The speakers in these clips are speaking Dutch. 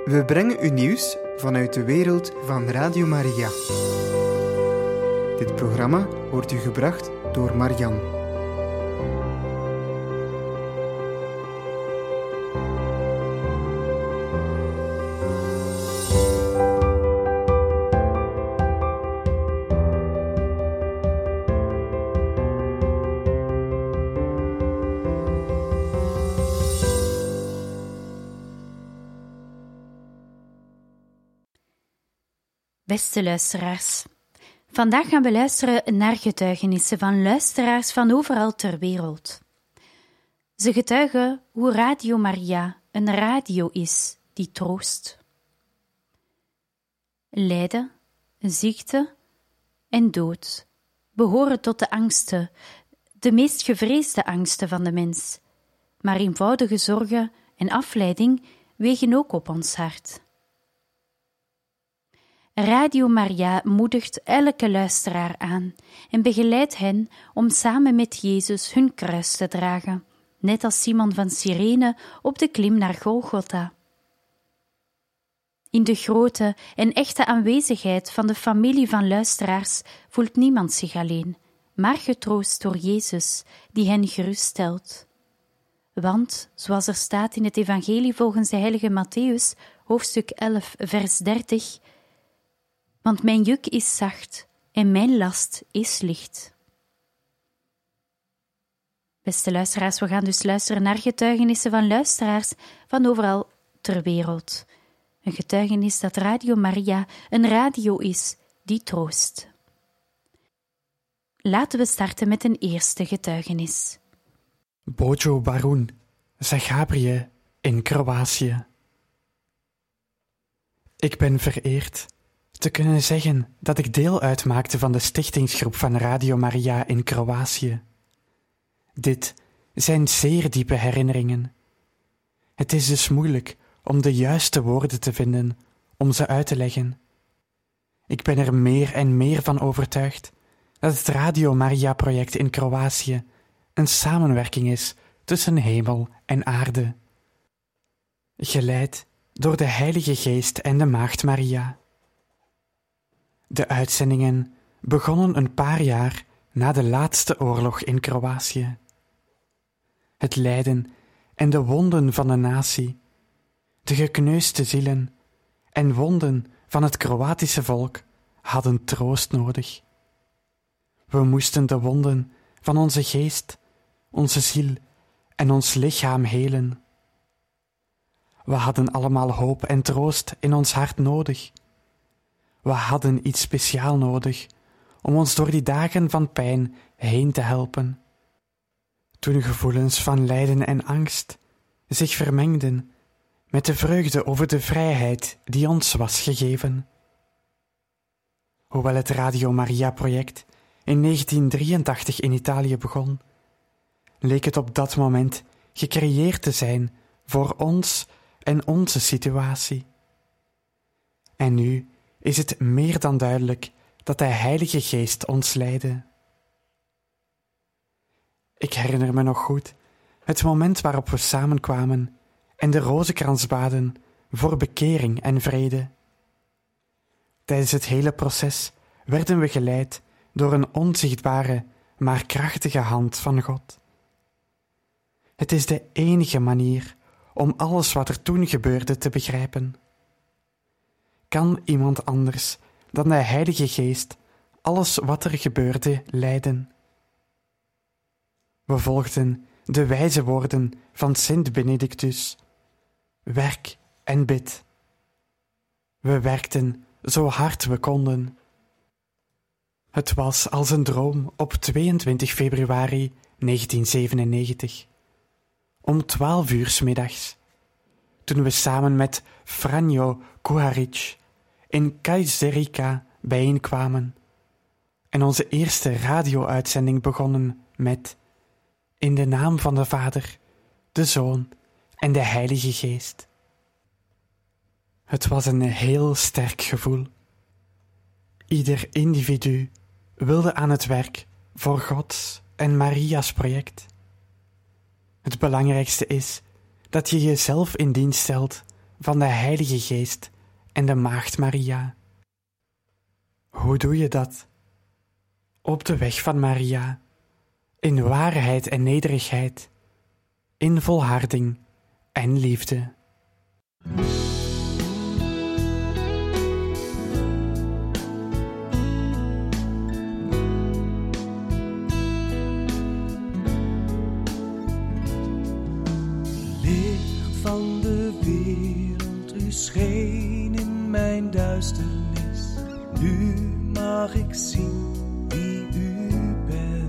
We brengen u nieuws vanuit de wereld van Radio Maria. Dit programma wordt u gebracht door Marian. Beste luisteraars, vandaag gaan we luisteren naar getuigenissen van luisteraars van overal ter wereld. Ze getuigen hoe Radio Maria een radio is die troost. Lijden, ziekte en dood behoren tot de angsten, de meest gevreesde angsten van de mens, maar eenvoudige zorgen en afleiding wegen ook op ons hart. Radio Maria moedigt elke luisteraar aan en begeleidt hen om samen met Jezus hun kruis te dragen, net als Simon van Cyrene op de klim naar Golgotha. In de grote en echte aanwezigheid van de familie van luisteraars voelt niemand zich alleen, maar getroost door Jezus, die hen geruststelt. Want, zoals er staat in het evangelie volgens de heilige Mattheüs, hoofdstuk 11, vers 30, want mijn juk is zacht en mijn last is licht. Beste luisteraars, we gaan dus luisteren naar getuigenissen van luisteraars van overal ter wereld. Een getuigenis dat Radio Maria een radio is die troost. Laten we starten met een eerste getuigenis. Bojo Barun, Zagabrie in Kroatië. Ik ben vereerd te kunnen zeggen dat ik deel uitmaakte van de stichtingsgroep van Radio Maria in Kroatië. Dit zijn zeer diepe herinneringen. Het is dus moeilijk om de juiste woorden te vinden om ze uit te leggen. Ik ben er meer en meer van overtuigd dat het Radio Maria-project in Kroatië een samenwerking is tussen hemel en aarde, geleid door de Heilige Geest en de Maagd Maria. De uitzendingen begonnen een paar jaar na de laatste oorlog in Kroatië. Het lijden en de wonden van de natie, de gekneusde zielen en wonden van het Kroatische volk hadden troost nodig. We moesten de wonden van onze geest, onze ziel en ons lichaam helen. We hadden allemaal hoop en troost in ons hart nodig. We hadden iets speciaal nodig om ons door die dagen van pijn heen te helpen. Toen gevoelens van lijden en angst zich vermengden met de vreugde over de vrijheid die ons was gegeven. Hoewel het Radio Maria-project in 1983 in Italië begon, leek het op dat moment gecreëerd te zijn voor ons en onze situatie. En nu is het meer dan duidelijk dat de Heilige Geest ons leidde. Ik herinner me nog goed het moment waarop we samenkwamen en de rozenkrans baden voor bekering en vrede. Tijdens het hele proces werden we geleid door een onzichtbare, maar krachtige hand van God. Het is de enige manier om alles wat er toen gebeurde te begrijpen. Kan iemand anders dan de Heilige Geest alles wat er gebeurde leiden? We volgden de wijze woorden van Sint Benedictus: werk en bid. We werkten zo hard we konden. Het was als een droom op 22 februari 1997, om 12 uur 's middags, toen we samen met Franjo Kuharic in Kajzerica bijeenkwamen en onze eerste radio-uitzending begonnen met: in de naam van de Vader, de Zoon en de Heilige Geest. Het was een heel sterk gevoel. Ieder individu wilde aan het werk voor Gods en Maria's project. Het belangrijkste is dat je jezelf in dienst stelt van de Heilige Geest en de Maagd Maria. Hoe doe je dat? Op de weg van Maria, in waarheid en nederigheid, in volharding en liefde. Licht van de wereld, u scheen in mijn duisternis. Nu mag ik zien wie u bent.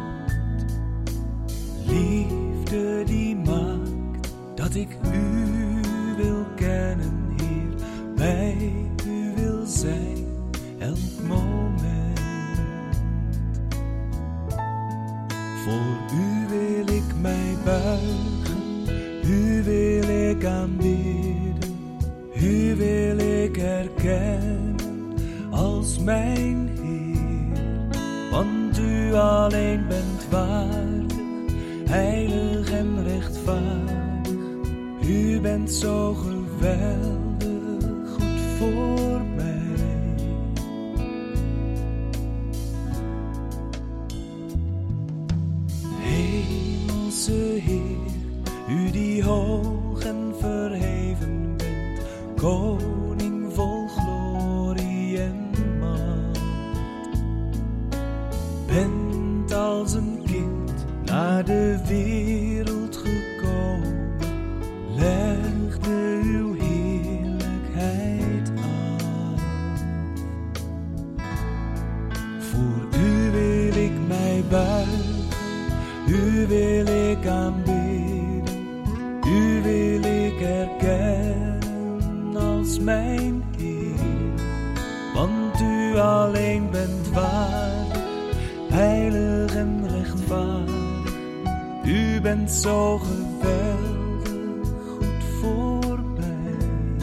Liefde die maakt dat ik u wil kennen, Heer. Bij u wil zijn elk moment. Voor u wil ik mij buigen, u wil ik aanbidden, u wil ik erkennen als mijn Heer. Want u alleen bent waardig, heilig en rechtvaardig. U bent zo geweldig goed voor mij. Hemelse Heer, u die hoog en verheven bent, koning vol glorie en macht. Bent als een kind naar de wereld gekomen, legde uw heerlijkheid af. Voor u wil ik mij buigen, u wil ik aanbidden, u wil ik erkennen als mijn Heer. Want u alleen bent waardig, heilig en rechtvaardig. U bent zo geweldig goed voor mij.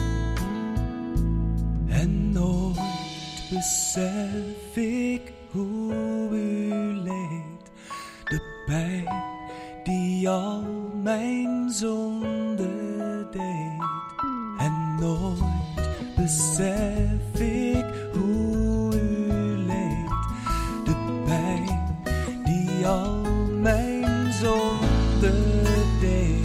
En nooit besef ik hoe u leed, de pijn die al mijn zonde deed. En nooit besef ik hoe u leed, de pijn die al mijn zonde deed.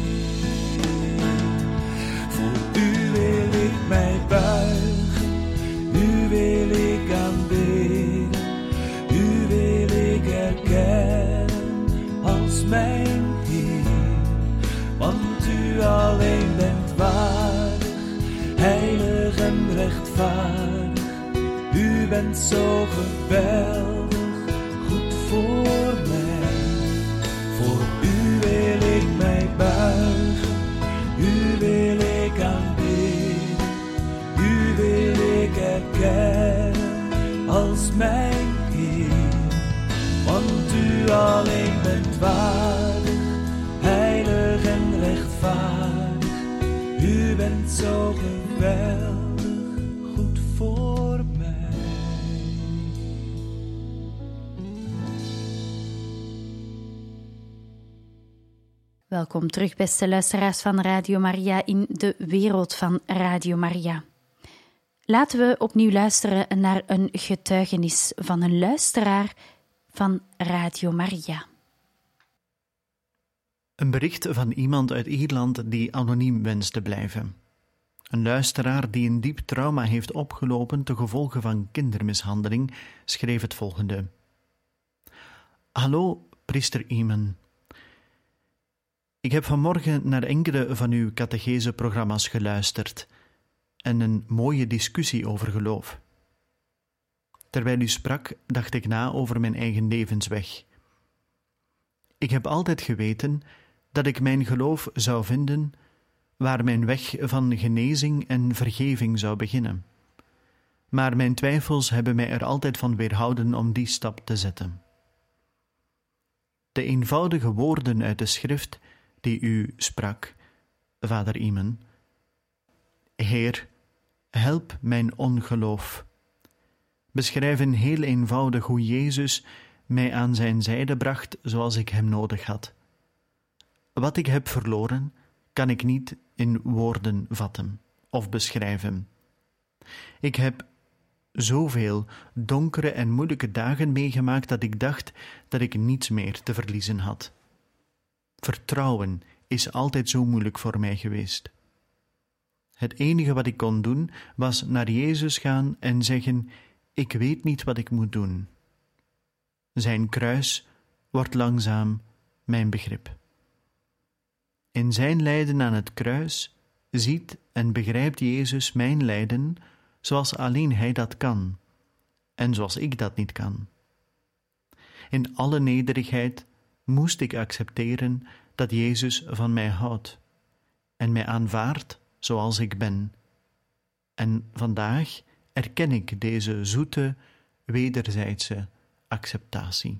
Voor u wil ik mij buigen, u wil ik aanbidden, u wil ik erkennen als mijn Heer. Want u alleen bent waardig, heilig en rechtvaardig. U bent zo geweldig goed voor mij. Voor u wil ik mij buigen, u wil ik aanbidden, u wil ik erkennen als mijn Heer. Want u alleen bent waardig, heilig en rechtvaardig. U bent zo geweldig goed voor mij. Welkom terug, beste luisteraars van Radio Maria in de wereld van Radio Maria. Laten we opnieuw luisteren naar een getuigenis van een luisteraar van Radio Maria. Een bericht van iemand uit Ierland die anoniem wenst te blijven. Een luisteraar die een diep trauma heeft opgelopen ten gevolge van kindermishandeling schreef het volgende. Hallo, priester Iman. Ik heb vanmorgen naar enkele van uw catecheseprogramma's geluisterd en een mooie discussie over geloof. Terwijl u sprak, dacht ik na over mijn eigen levensweg. Ik heb altijd geweten dat ik mijn geloof zou vinden waar mijn weg van genezing en vergeving zou beginnen. Maar mijn twijfels hebben mij er altijd van weerhouden om die stap te zetten. De eenvoudige woorden uit de schrift die u sprak, vader Iman. Heer, help mijn ongeloof. Beschrijven heel eenvoudig hoe Jezus mij aan zijn zijde bracht zoals ik hem nodig had. Wat ik heb verloren, kan ik niet in woorden vatten of beschrijven. Ik heb zoveel donkere en moeilijke dagen meegemaakt dat ik dacht dat ik niets meer te verliezen had. Vertrouwen is altijd zo moeilijk voor mij geweest. Het enige wat ik kon doen was naar Jezus gaan en zeggen: ik weet niet wat ik moet doen. Zijn kruis wordt langzaam mijn begrip. In zijn lijden aan het kruis ziet en begrijpt Jezus mijn lijden zoals alleen Hij dat kan en zoals ik dat niet kan. In alle nederigheid moest ik accepteren dat Jezus van mij houdt en mij aanvaardt zoals ik ben. En vandaag erken ik deze zoete, wederzijdse acceptatie.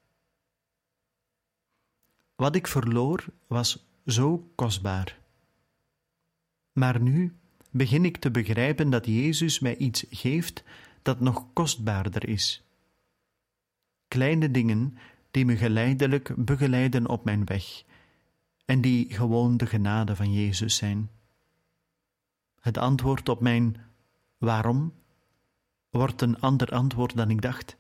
Wat ik verloor was zo kostbaar. Maar nu begin ik te begrijpen dat Jezus mij iets geeft dat nog kostbaarder is. Kleine dingen die me geleidelijk begeleiden op mijn weg en die gewoon de genade van Jezus zijn. Het antwoord op mijn waarom wordt een ander antwoord dan ik dacht.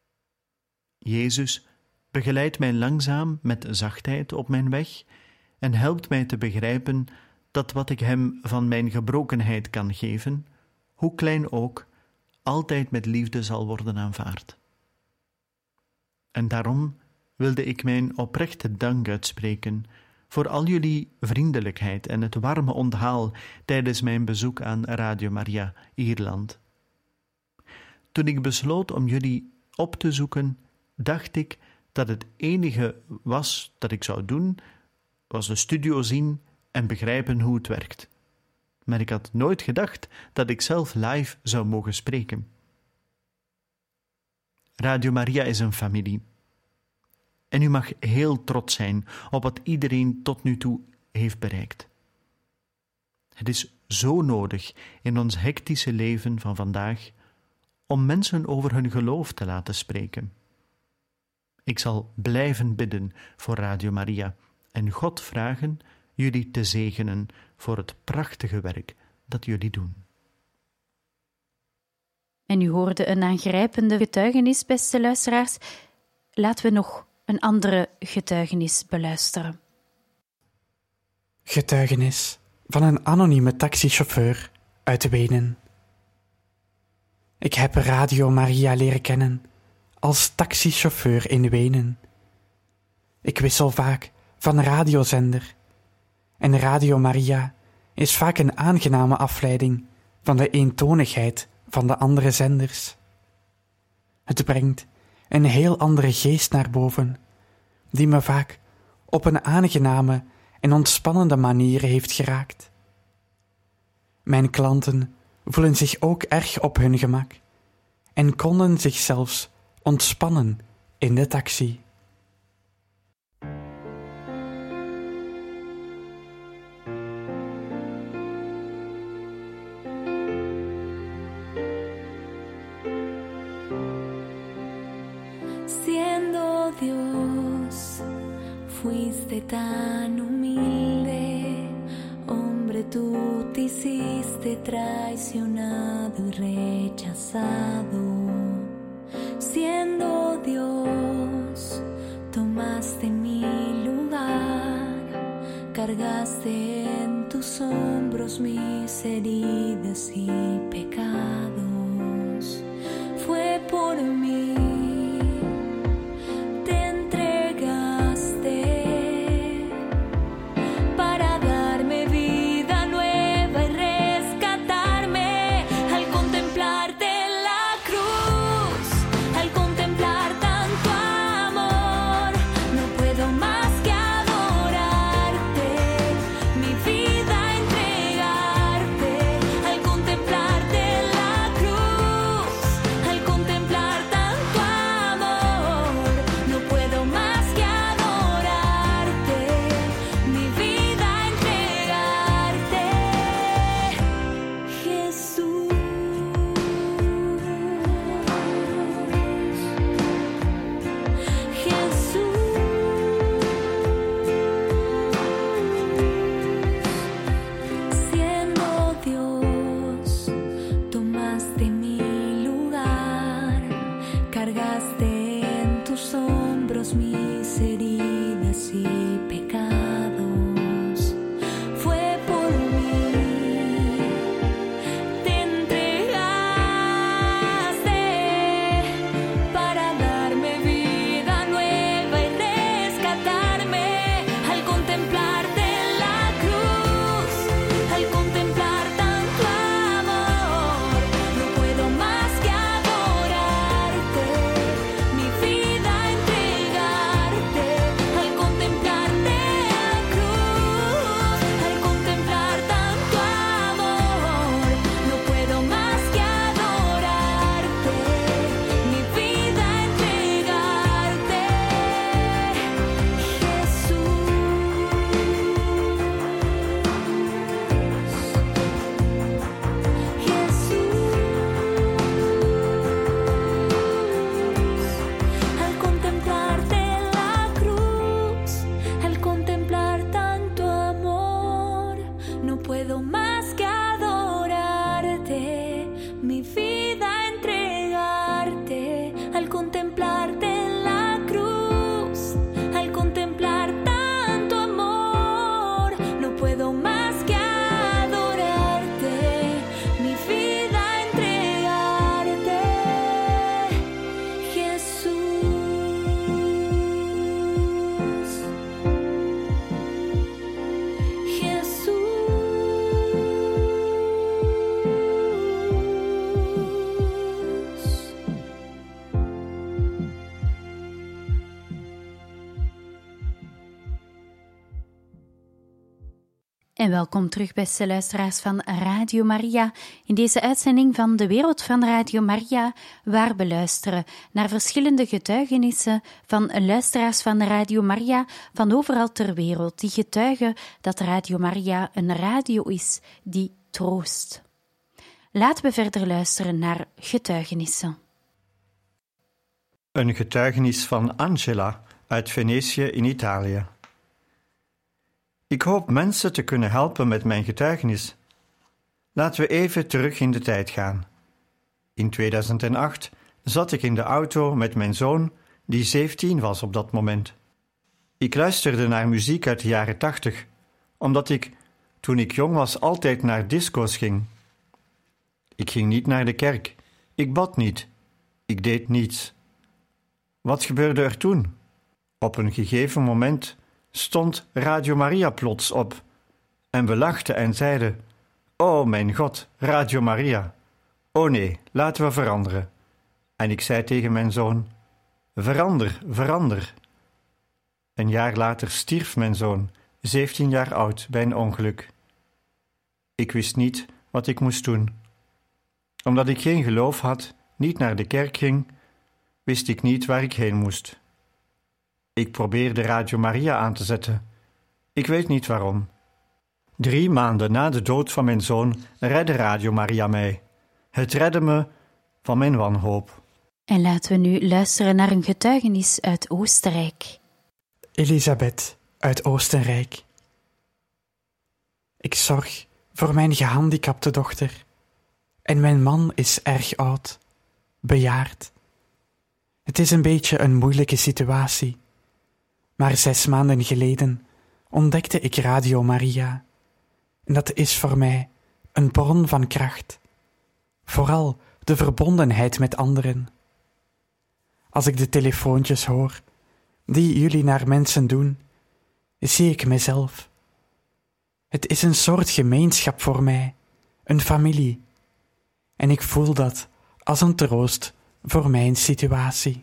Jezus begeleidt mij langzaam met zachtheid op mijn weg en helpt mij te begrijpen dat wat ik hem van mijn gebrokenheid kan geven, hoe klein ook, altijd met liefde zal worden aanvaard. En daarom wilde ik mijn oprechte dank uitspreken voor al jullie vriendelijkheid en het warme onthaal tijdens mijn bezoek aan Radio Maria Ierland. Toen ik besloot om jullie op te zoeken, dacht ik dat het enige was dat ik zou doen, was de studio zien en begrijpen hoe het werkt. Maar ik had nooit gedacht dat ik zelf live zou mogen spreken. Radio Maria is een familie. En u mag heel trots zijn op wat iedereen tot nu toe heeft bereikt. Het is zo nodig in ons hectische leven van vandaag om mensen over hun geloof te laten spreken. Ik zal blijven bidden voor Radio Maria en God vragen jullie te zegenen voor het prachtige werk dat jullie doen. En u hoorde een aangrijpende getuigenis, beste luisteraars. Laten we nog een andere getuigenis beluisteren. Getuigenis van een anonieme taxichauffeur uit Wenen. Ik heb Radio Maria leren kennen als taxichauffeur in Wenen. Ik wissel vaak van radiozender en Radio Maria is vaak een aangename afleiding van de eentonigheid van de andere zenders. Het brengt een heel andere geest naar boven, die me vaak op een aangename en ontspannende manier heeft geraakt. Mijn klanten voelen zich ook erg op hun gemak en konden zich zelfs ontspannen in de taxi. Siendo Dios, fuiste tan humilde, hombre, tú te hiciste traicionado y rechazado. Siendo Dios, tomaste mi lugar, cargaste en tus hombros mis heridas y pecados. Fue por mí. Mi vida entregarte, al contemplarte la cruz. puedo más que adorarte, mi vida entregarte, Jesús. En welkom terug, beste luisteraars van Radio Maria, in deze uitzending van De Wereld van Radio Maria, waar we luisteren naar verschillende getuigenissen van luisteraars van Radio Maria van overal ter wereld, die getuigen dat Radio Maria een radio is die troost. Laten we verder luisteren naar getuigenissen. Een getuigenis van Angela uit Venetië in Italië. Ik hoop mensen te kunnen helpen met mijn getuigenis. Laten we even terug in de tijd gaan. In 2008 zat ik in de auto met mijn zoon, die 17 was op dat moment. Ik luisterde naar muziek uit de jaren 80, omdat ik, toen ik jong was, altijd naar disco's ging. Ik ging niet naar de kerk, ik bad niet, ik deed niets. Wat gebeurde er toen? Op een gegeven moment stond Radio Maria plots op en we lachten en zeiden: "Oh mijn God, Radio Maria. Oh nee, laten we veranderen." En ik zei tegen mijn zoon: "Verander, verander." Een jaar later stierf mijn zoon, 17 jaar oud, bij een ongeluk. Ik wist niet wat ik moest doen. Omdat ik geen geloof had, niet naar de kerk ging, wist ik niet waar ik heen moest. Ik probeerde Radio Maria aan te zetten. Ik weet niet waarom. 3 maanden na de dood van mijn zoon redde Radio Maria mij. Het redde me van mijn wanhoop. En laten we nu luisteren naar een getuigenis uit Oostenrijk. Elisabeth uit Oostenrijk. Ik zorg voor mijn gehandicapte dochter. En mijn man is erg oud, bejaard. Het is een beetje een moeilijke situatie. Maar 6 maanden geleden ontdekte ik Radio Maria. En dat is voor mij een bron van kracht. Vooral de verbondenheid met anderen. Als ik de telefoontjes hoor die jullie naar mensen doen, zie ik mezelf. Het is een soort gemeenschap voor mij, een familie. En ik voel dat als een troost voor mijn situatie.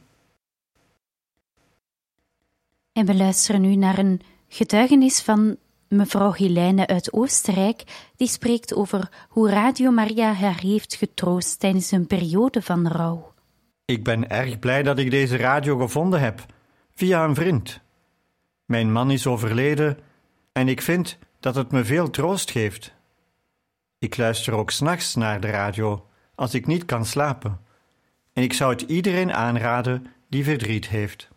En we luisteren nu naar een getuigenis van mevrouw Helene uit Oostenrijk, die spreekt over hoe Radio Maria haar heeft getroost tijdens een periode van rouw. Ik ben erg blij dat ik deze radio gevonden heb, via een vriend. Mijn man is overleden en ik vind dat het me veel troost geeft. Ik luister ook 's nachts naar de radio, als ik niet kan slapen. En ik zou het iedereen aanraden die verdriet heeft.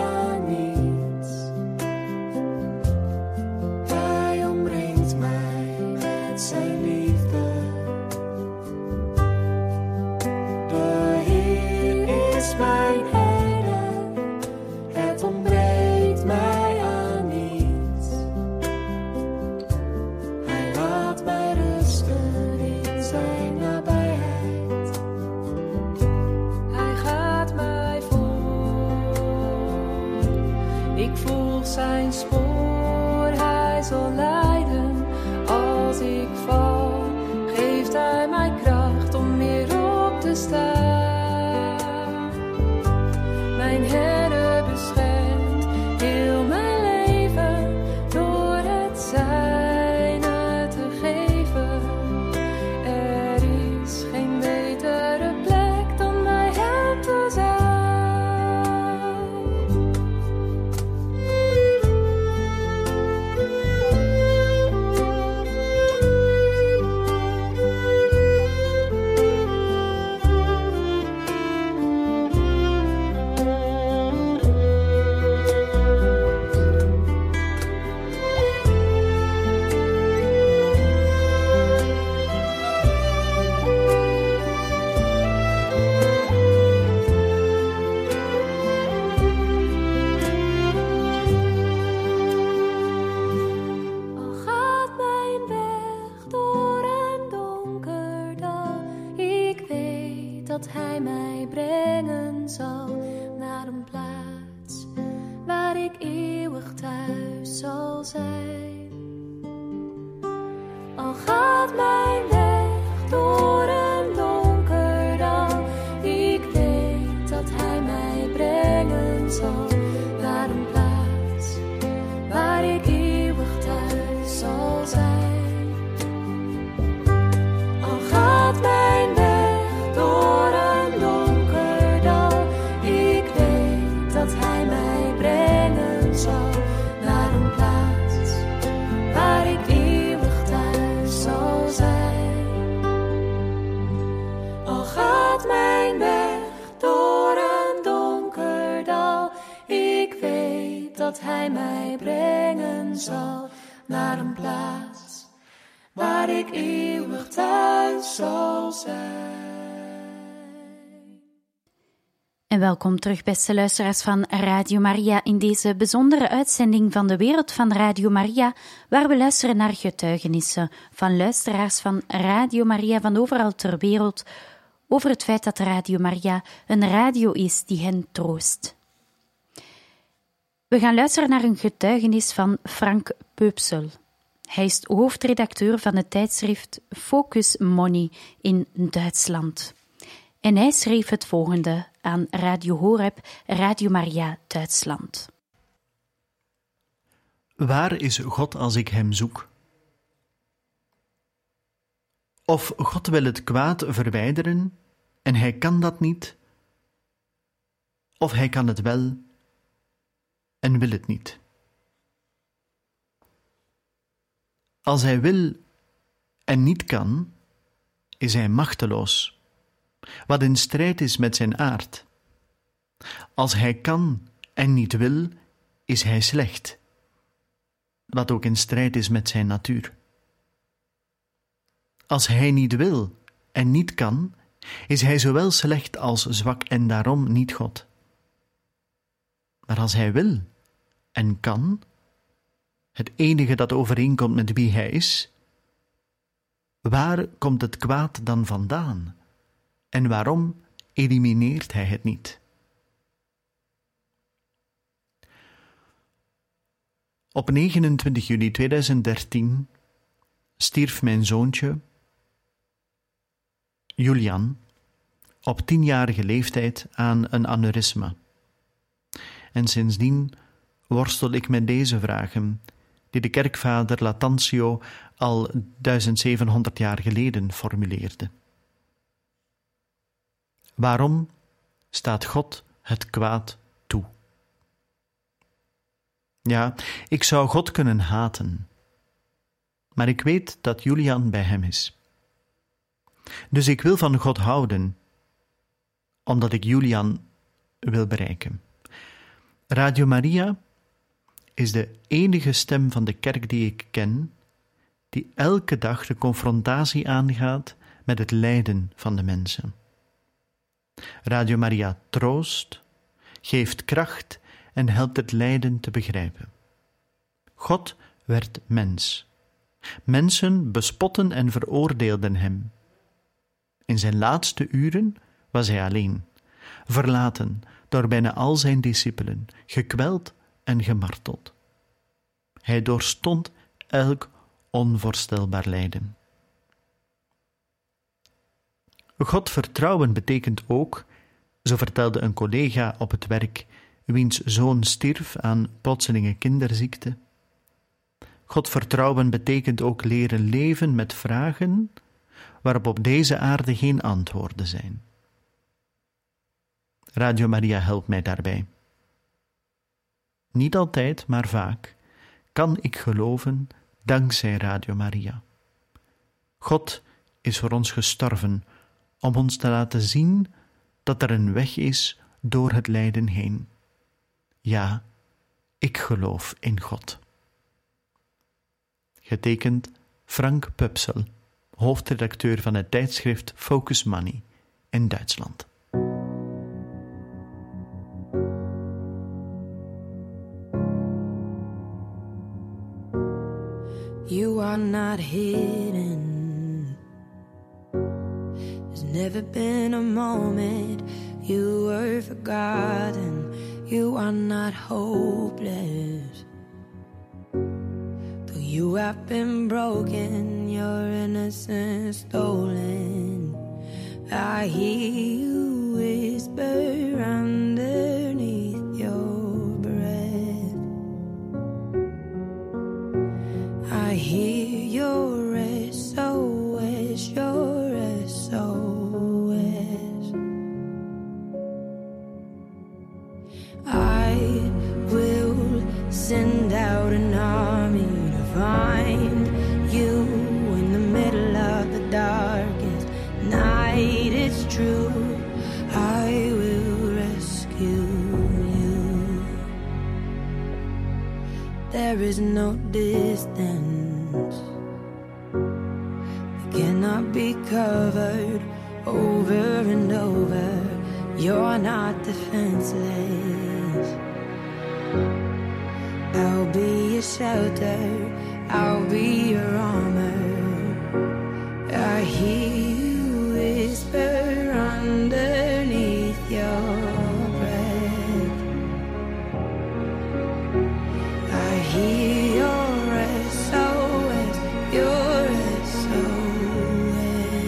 Hij omringt mij zijn spoor hij zal leiden. Als ik val, geeft hij mij kracht om weer op te staan. Mijn Heere beschermt heel mijn leven door het zijne te geven. Er is geen betere plek dan bij hem te zijn. Dat hij mij brengen zal naar een plaats waar ik eeuwig thuis zal zijn. Al gaat mijn weg door een donker dal, ik weet dat hij mij brengen zal naar een plaats waar ik eeuwig thuis zal zijn. Al gaat mijn weg door een donker dal, ik weet dat hij mij brengen zal naar een plaats waar ik eeuwig thuis zal zijn. Al gaat mijn weg door een donker dal, ik weet dat hij mij brengen zal naar een plaats waar ik eeuwig thuis zal zijn. En welkom terug, beste luisteraars van Radio Maria, in deze bijzondere uitzending van de Wereld van Radio Maria, waar we luisteren naar getuigenissen van luisteraars van Radio Maria van overal ter wereld over het feit dat Radio Maria een radio is die hen troost. We gaan luisteren naar een getuigenis van Frank Peupsel. Hij is hoofdredacteur van het tijdschrift Focus Money in Duitsland. En hij schreef het volgende aan Radio Horeb, Radio Maria Duitsland. Waar is God als ik hem zoek? Of God wil het kwaad verwijderen en hij kan dat niet, of hij kan het wel en wil het niet. Als hij wil en niet kan, is hij machteloos, wat in strijd is met zijn aard. Als hij kan en niet wil, is hij slecht, wat ook in strijd is met zijn natuur. Als hij niet wil en niet kan, is hij zowel slecht als zwak en daarom niet God. Maar als hij wil en kan, het enige dat overeenkomt met wie hij is, waar komt het kwaad dan vandaan? En waarom elimineert hij het niet? Op 29 juli 2013 stierf mijn zoontje, Julian, op 10-jarige leeftijd aan een aneurysma. En sindsdien worstel ik met deze vragen, die de kerkvader Lattanzio al 1700 jaar geleden formuleerde. Waarom staat God het kwaad toe? Ja, ik zou God kunnen haten, maar ik weet dat Julian bij hem is. Dus ik wil van God houden, omdat ik Julian wil bereiken. Radio Maria is de enige stem van de kerk die ik ken, die elke dag de confrontatie aangaat met het lijden van de mensen. Radio Maria troost, geeft kracht en helpt het lijden te begrijpen. God werd mens. Mensen bespotten en veroordeelden hem. In zijn laatste uren was hij alleen, verlaten door bijna al zijn discipelen, gekweld en gemarteld. Hij doorstond elk onvoorstelbaar lijden. God vertrouwen betekent ook, zo vertelde een collega op het werk, wiens zoon stierf aan plotselinge kinderziekte. God vertrouwen betekent ook leren leven met vragen waarop op deze aarde geen antwoorden zijn. Radio Maria helpt mij daarbij. Niet altijd, maar vaak kan ik geloven dankzij Radio Maria. God is voor ons gestorven om ons te laten zien dat er een weg is door het lijden heen. Ja, ik geloof in God. Getekend Frank Pupsel, hoofdredacteur van het tijdschrift Focus Money in Duitsland. You are not hidden. There's never been a moment you were forgotten. You are not hopeless. Though you have been broken, your innocence stolen. I hear you whisper underneath your breath. I hear your SOS, your SOS. I will send out an army to find you in the middle of the darkest night. It's true, I will rescue you. There is no distance that cannot be covered over and over. You're not defenseless. I'll be your shelter, I'll be your armor. I hear you whisper underneath your breath. I hear your SOS, your SOS.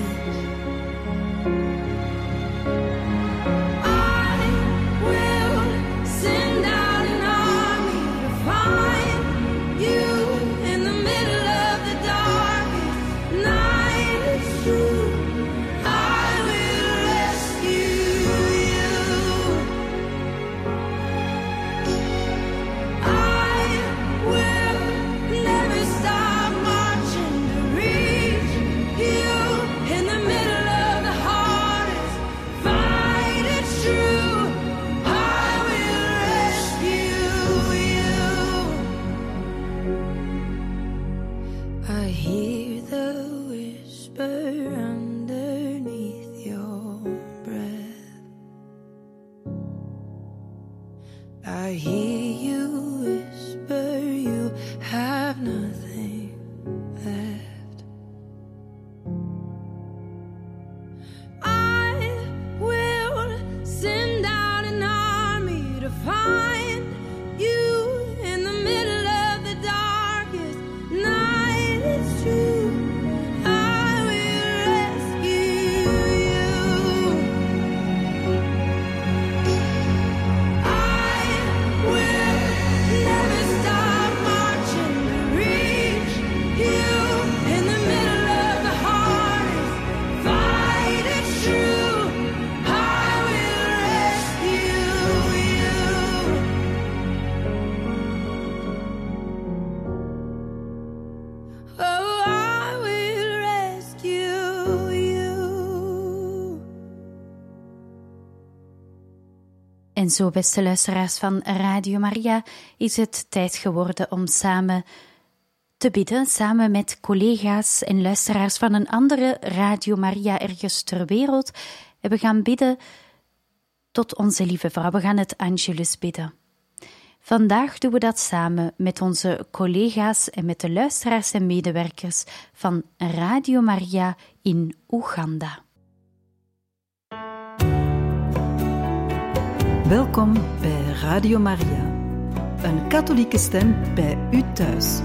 I will send out an army to find you in the middle of the darkest night. It's true, I will rescue you. I will never stop marching to reach you in the middle of the hardest fight. It's true, I will rescue you. I hear the whisper underneath your breath. I hear you whisper you have nothing left. I will send out an army to find you in the middle of the darkest night. It's true, I will rescue you. I will never stop marching to reach you in the middle of the hardest fight. It's true, I will rescue you. Oh, I will rescue you. En zo, beste luisteraars van Radio Maria, is het tijd geworden om samen te bidden, samen met collega's en luisteraars van een andere Radio Maria ergens ter wereld. En we gaan bidden tot onze lieve vrouw. We gaan het Angelus bidden. Vandaag doen we dat samen met onze collega's en met de luisteraars en medewerkers van Radio Maria in Oeganda. Welkom bij Radio Maria, Een katholieke stem bij u thuis.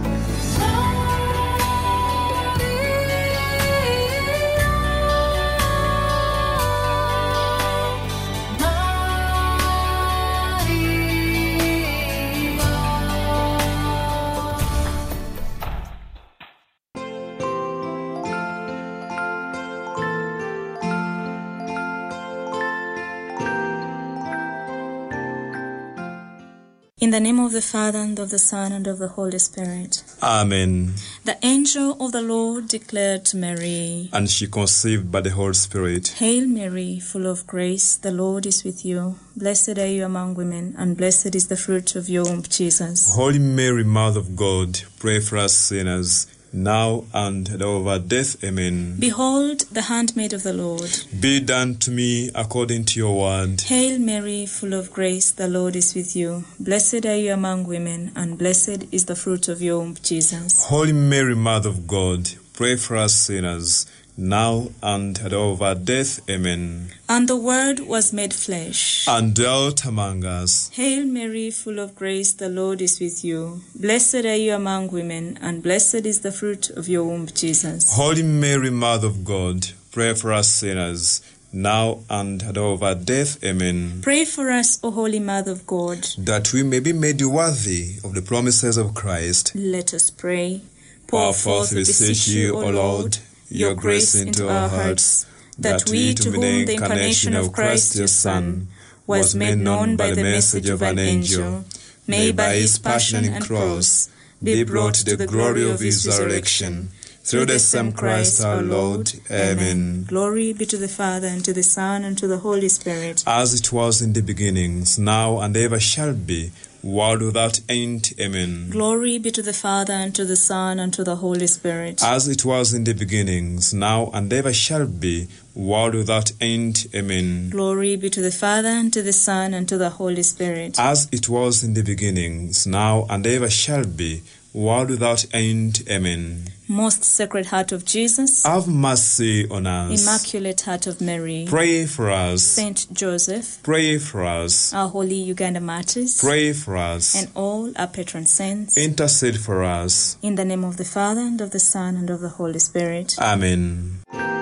In the name of the Father, and of the Son, and of the Holy Spirit. Amen. The angel of the Lord declared to Mary, and she conceived by the Holy Spirit. Hail Mary, full of grace, the Lord is with you. Blessed are you among women, and blessed is the fruit of your womb, Jesus. Holy Mary, Mother of God, pray for us sinners, now and at the hour of our death. Amen. Behold, the handmaid of the Lord. Be done to me according to your word. Hail Mary, full of grace, the Lord is with you. Blessed are you among women, and blessed is the fruit of your womb, Jesus. Holy Mary, Mother of God, pray for us sinners, now and at the hour of our death. Amen. And the Word was made flesh, and dwelt among us. Hail Mary, full of grace, the Lord is with you. Blessed are you among women, and blessed is the fruit of your womb, Jesus. Holy Mary, Mother of God, pray for us sinners, now and at the hour of our death. Amen. Pray for us, O Holy Mother of God, that we may be made worthy of the promises of Christ. Let us pray. Pour forth, we beseech you, O Lord, your grace into our hearts, that we, to whom the incarnation of Christ your Son was made known by the message of an angel, may by his passion and cross be brought to the glory of his resurrection. Through the same Christ our Lord. Amen. Glory be to the Father, and to the Son, and to the Holy Spirit. As it was in the beginnings, now and ever shall be, world without end. Amen. Glory be to the Father, and to the Son, and to the Holy Spirit. As it was in the beginnings, now and ever shall be, world without end. Amen. Glory be to the Father, and to the Son, and to the Holy Spirit. As it was in the beginnings, now and ever shall be, world without end. Amen. Most Sacred Heart of Jesus, have mercy on us. Immaculate Heart of Mary, pray for us. Saint Joseph, pray for us. Our holy Uganda martyrs, pray for us. And all our patron saints, intercede for us. In the name of the Father, and of the Son, and of the Holy Spirit. Amen.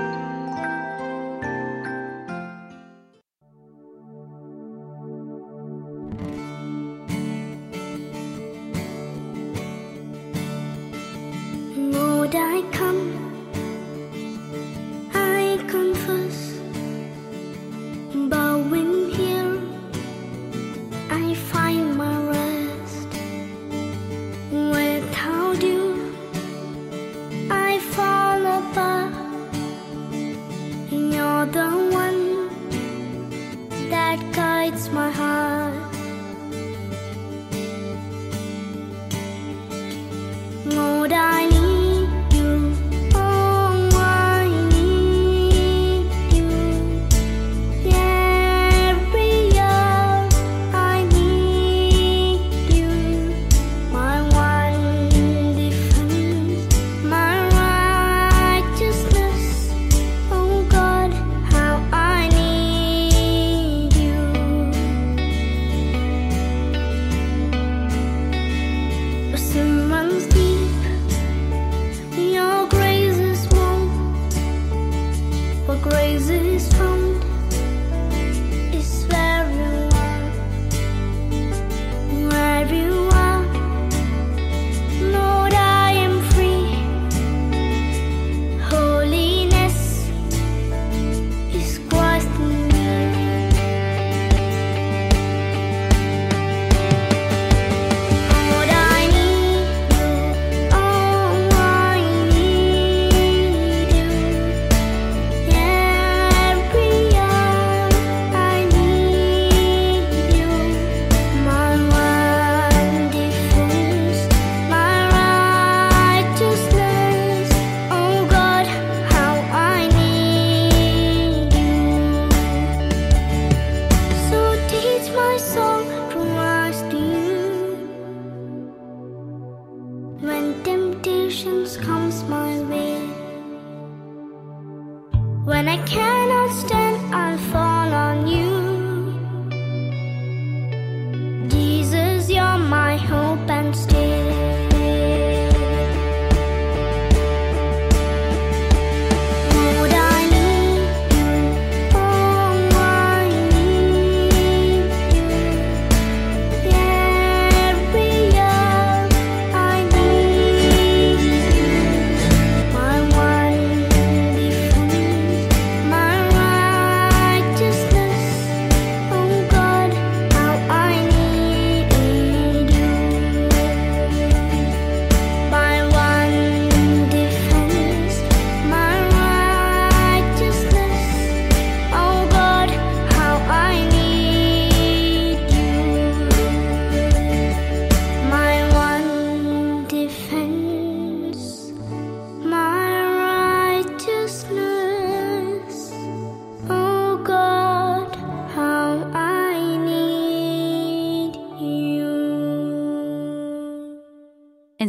When I cannot stand, I'll fall on you. Jesus, you're my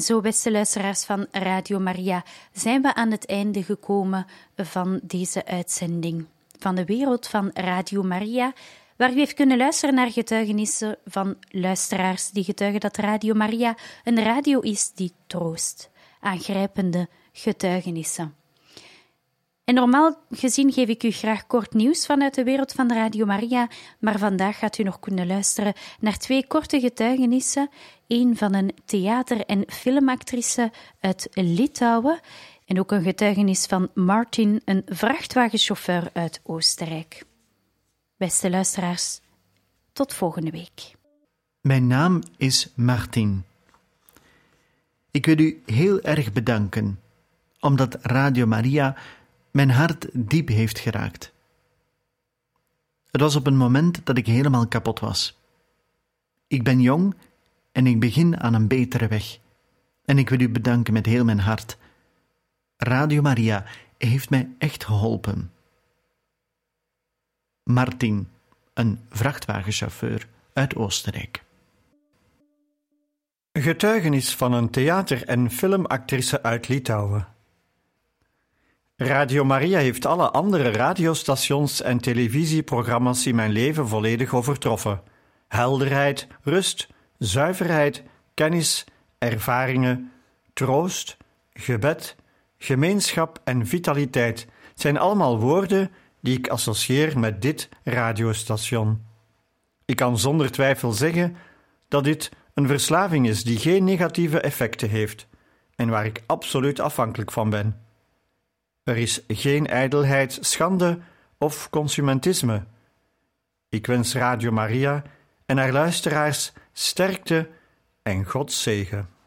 En zo, beste luisteraars van Radio Maria, zijn we aan het einde gekomen van deze uitzending van de wereld van Radio Maria, waar u heeft kunnen luisteren naar getuigenissen van luisteraars die getuigen dat Radio Maria een radio is die troost. Aangrijpende getuigenissen. En normaal gezien geef ik u graag kort nieuws vanuit de wereld van Radio Maria, maar vandaag gaat u nog kunnen luisteren naar 2 korte getuigenissen. Eén van een theater- en filmactrice uit Litouwen en ook een getuigenis van Martin, een vrachtwagenchauffeur uit Oostenrijk. Beste luisteraars, tot volgende week. Mijn naam is Martin. Ik wil u heel erg bedanken, omdat Radio Maria mijn hart diep heeft geraakt. Het was op een moment dat ik helemaal kapot was. Ik ben jong en ik begin aan een betere weg. En ik wil u bedanken met heel mijn hart. Radio Maria heeft mij echt geholpen. Martin, een vrachtwagenchauffeur uit Oostenrijk. Getuigenis van een theater- en filmactrice uit Litouwen. Radio Maria heeft alle andere radiostations en televisieprogramma's in mijn leven volledig overtroffen. Helderheid, rust, zuiverheid, kennis, ervaringen, troost, gebed, gemeenschap en vitaliteit zijn allemaal woorden die ik associeer met dit radiostation. Ik kan zonder twijfel zeggen dat dit een verslaving is die geen negatieve effecten heeft en waar ik absoluut afhankelijk van ben. Er is geen ijdelheid, schande of consumentisme. Ik wens Radio Maria en haar luisteraars sterkte en Gods zegen.